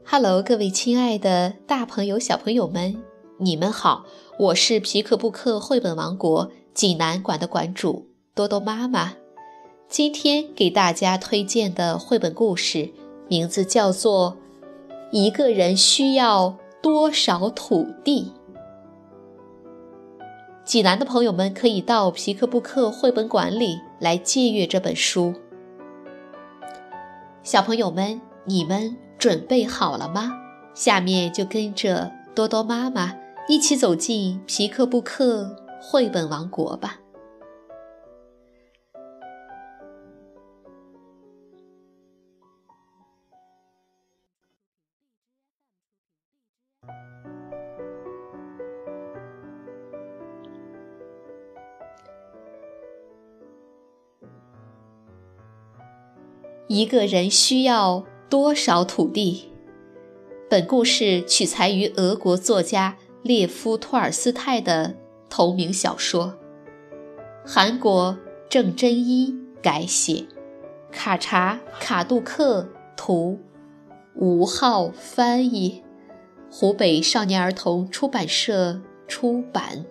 Hello， 各位亲爱的大朋友小朋友们，你们好，我是皮克布克绘本王国济南馆的馆主多多妈妈。今天给大家推荐的绘本故事名字叫做一个人需要多少土地。济南的朋友们可以到皮克布克绘本馆里来借阅这本书。小朋友们，你们准备好了吗？下面就跟着多多妈妈一起走进皮克布克绘本王国吧。一个人需要多少土地？本故事取材于俄国作家列夫·托尔斯泰的同名小说，韩国郑真一改写，卡查卡杜克图，吴浩翻译，湖北少年儿童出版社出版。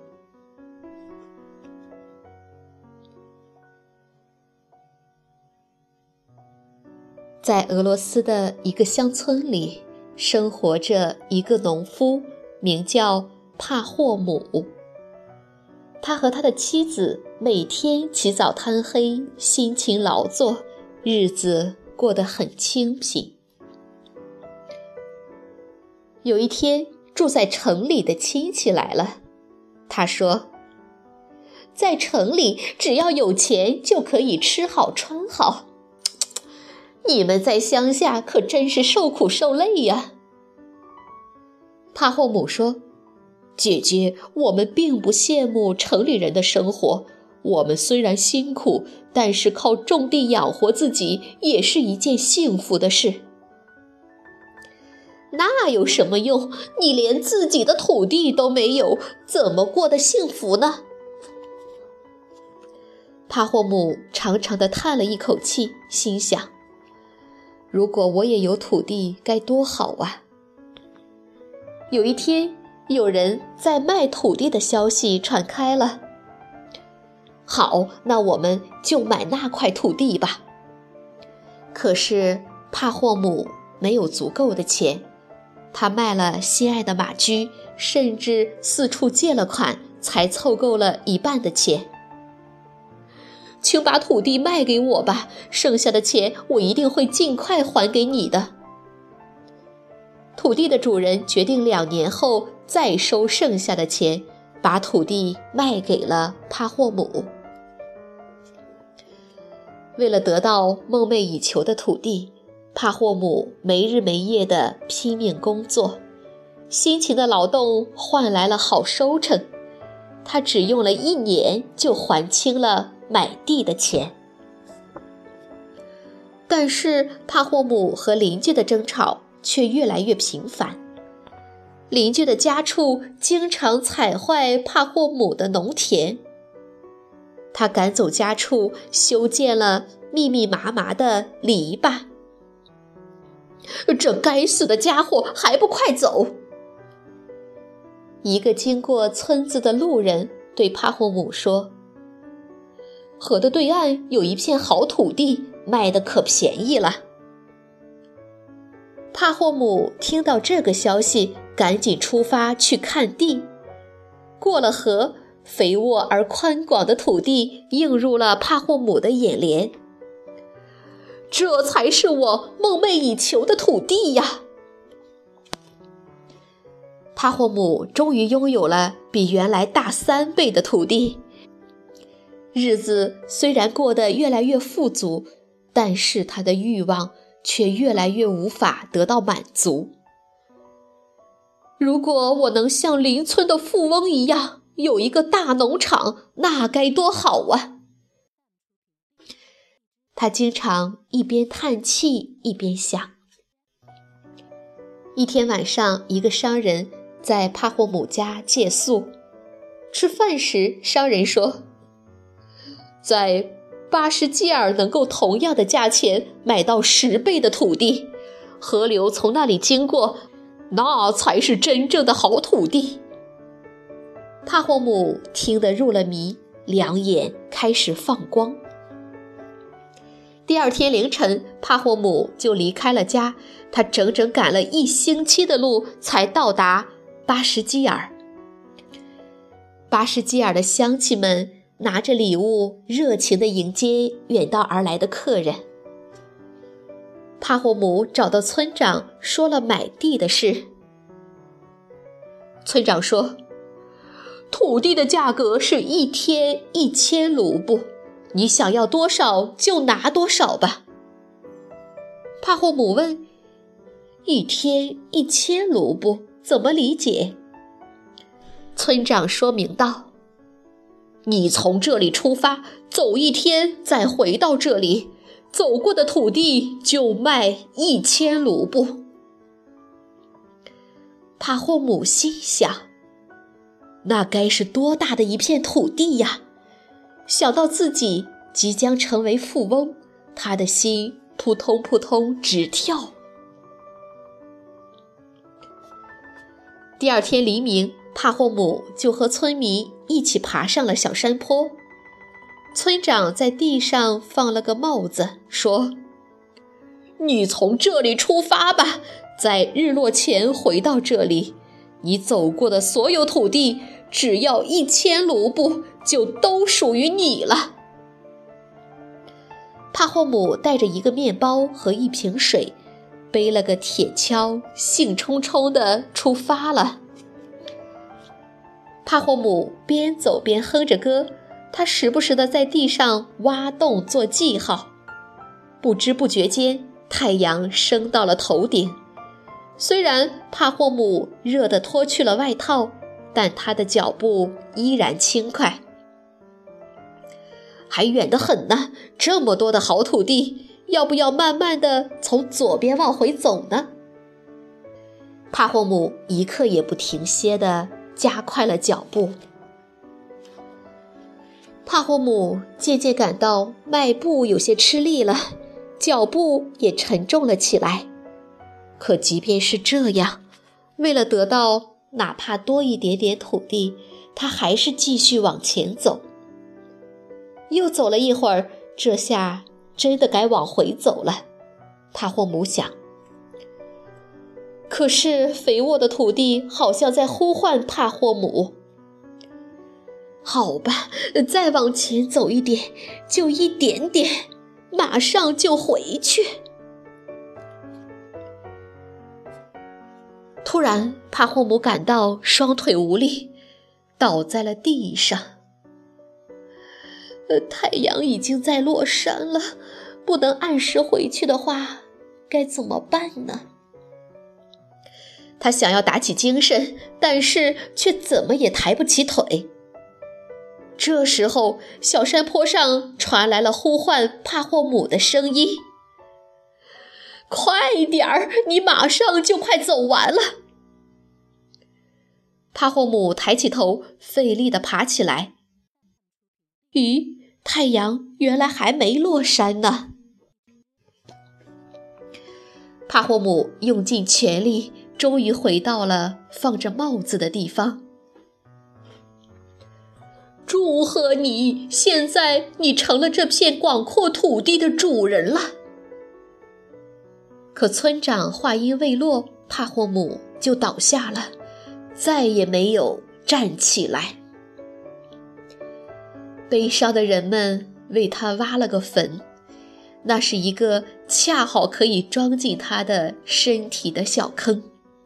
在俄罗斯的一个乡村里，生活着一个农夫，名叫帕霍姆。他和他的妻子每天起早贪黑，辛勤劳作，日子过得很清贫。有一天，住在城里的亲戚来了，他说，在城里只要有钱就可以吃好穿好，你们在乡下可真是受苦受累呀。帕霍姆说，姐姐，我们并不羡慕城里人的生活，我们虽然辛苦，但是靠种地养活自己也是一件幸福的事。那有什么用？你连自己的土地都没有，怎么过得幸福呢？帕霍姆长长地叹了一口气，心想，如果我也有土地该多好啊。有一天，有人在卖土地的消息传开了。好，那我们就买那块土地吧。可是帕霍姆没有足够的钱，他卖了心爱的马驹，甚至四处借了款，才凑够了一半的钱。请把土地卖给我吧，剩下的钱我一定会尽快还给你的。土地的主人决定2年后再收剩下的钱，把土地卖给了帕霍姆。为了得到梦寐以求的土地，帕霍姆没日没夜地拼命工作，辛勤的劳动换来了好收成，他只用了1年就还清了买地的钱。但是帕霍姆和邻居的争吵却越来越频繁，邻居的家畜经常踩坏帕霍姆的农田，他赶走家畜，修建了密密麻麻的篱笆。这该死的家伙还不快走！一个经过村子的路人对帕霍姆说，河的对岸有一片好土地，卖得可便宜了。帕霍姆听到这个消息，赶紧出发去看地。过了河，肥沃而宽广的土地映入了帕霍姆的眼帘。这才是我梦寐以求的土地呀！帕霍姆终于拥有了比原来大3倍的土地。日子虽然过得越来越富足，但是他的欲望却越来越无法得到满足。如果我能像邻村的富翁一样有一个大农场，那该多好啊！他经常一边叹气一边想。一天晚上，一个商人在帕霍姆家借宿。吃饭时，商人说，在巴什基尔能够同样的价钱买到10倍的土地， 河流从那里经过，那才是真正的好土地。帕霍姆听得入了迷，两眼开始放光。第二天凌晨，帕霍姆就离开了家，他整整赶了1星期的路才到达巴什基尔。巴什基尔的乡亲们拿着礼物，热情地迎接远道而来的客人。帕霍姆找到村长，说了买地的事。村长说，土地的价格是1天1000卢布，你想要多少就拿多少吧。帕霍姆问，1天1000卢布怎么理解？村长说明道，你从这里出发，走1天再回到这里，走过的土地就卖1000卢布。帕霍姆心想，那该是多大的一片土地呀！想到自己即将成为富翁，他的心扑通扑通直跳。第二天黎明，帕霍姆就和村民一起爬上了小山坡。村长在地上放了个帽子，说，你从这里出发吧，在日落前回到这里，你走过的所有土地只要1000卢布就都属于你了。帕霍姆带着一个面包和一瓶水，背了个铁锹，兴冲冲地出发了。帕霍姆边走边哼着歌，他时不时地在地上挖洞做记号。不知不觉间，太阳升到了头顶。虽然帕霍姆热得脱去了外套，但他的脚步依然轻快。还远得很呢，这么多的好土地，要不要慢慢地从左边往回走呢？帕霍姆一刻也不停歇地加快了脚步。帕霍姆渐渐感到迈步有些吃力了，脚步也沉重了起来。可即便是这样，为了得到哪怕多一点点土地，他还是继续往前走。又走了一会儿，这下真的该往回走了，帕霍姆想。可是肥沃的土地好像在呼唤帕霍姆。好吧，再往前走一点，就一点点，马上就回去。突然，帕霍姆感到双腿无力，倒在了地上。太阳已经在落山了，不能按时回去的话，该怎么办呢？他想要打起精神，但是却怎么也抬不起腿。这时候，小山坡上传来了呼唤帕霍姆的声音：快点儿，你马上就快走完了。帕霍姆抬起头，费力地爬起来。咦，太阳原来还没落山呢。帕霍姆用尽全力，终于回到了放着帽子的地方。祝贺你，现在你成了这片广阔土地的主人了。可村长话音未落，帕霍姆就倒下了，再也没有站起来。悲伤的人们为他挖了个坟，那是一个恰好可以装进他的身体的小坑。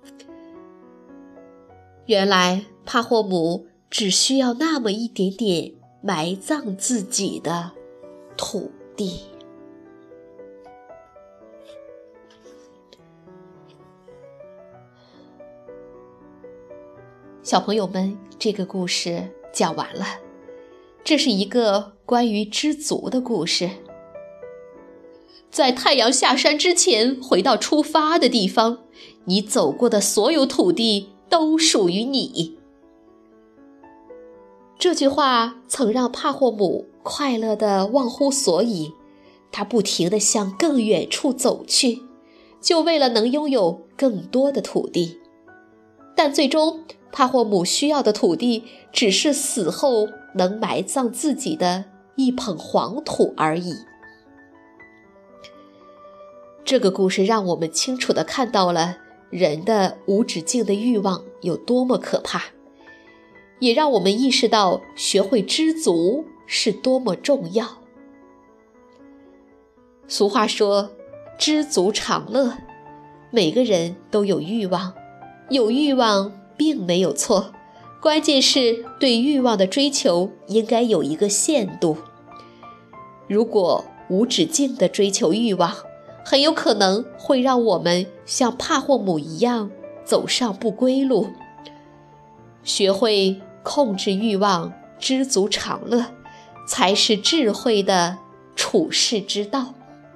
原来帕霍姆只需要那么一点点埋葬自己的土地。小朋友们，这个故事讲完了。这是一个关于知足的故事。在太阳下山之前回到出发的地方，你走过的所有土地都属于你。这句话曾让帕霍姆快乐地忘乎所以，他不停地向更远处走去， 就为了能拥有更多的土地。但最终，帕霍姆需要的土地只是死后能埋葬自己的一捧黄土而已。这个故事让我们清楚地看到了人的无止境的欲望有多么可怕，也让我们意识到学会知足是多么重要。俗话说，知足常乐，每个人都有欲望，有欲望并没有错，关键是对欲望的追求应该有一个限度。如果无止境地追求欲望，很有可能会让我们像帕霍姆一样走上不归路。学会控制欲望，知足常乐，才是智慧的处世之道。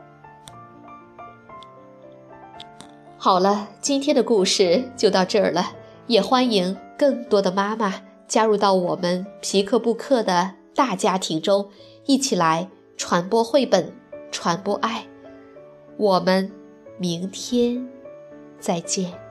好了，今天的故事就到这儿了，也欢迎更多的妈妈加入到我们皮克布克的大家庭中，一起来传播绘本，传播爱。我们明天再见。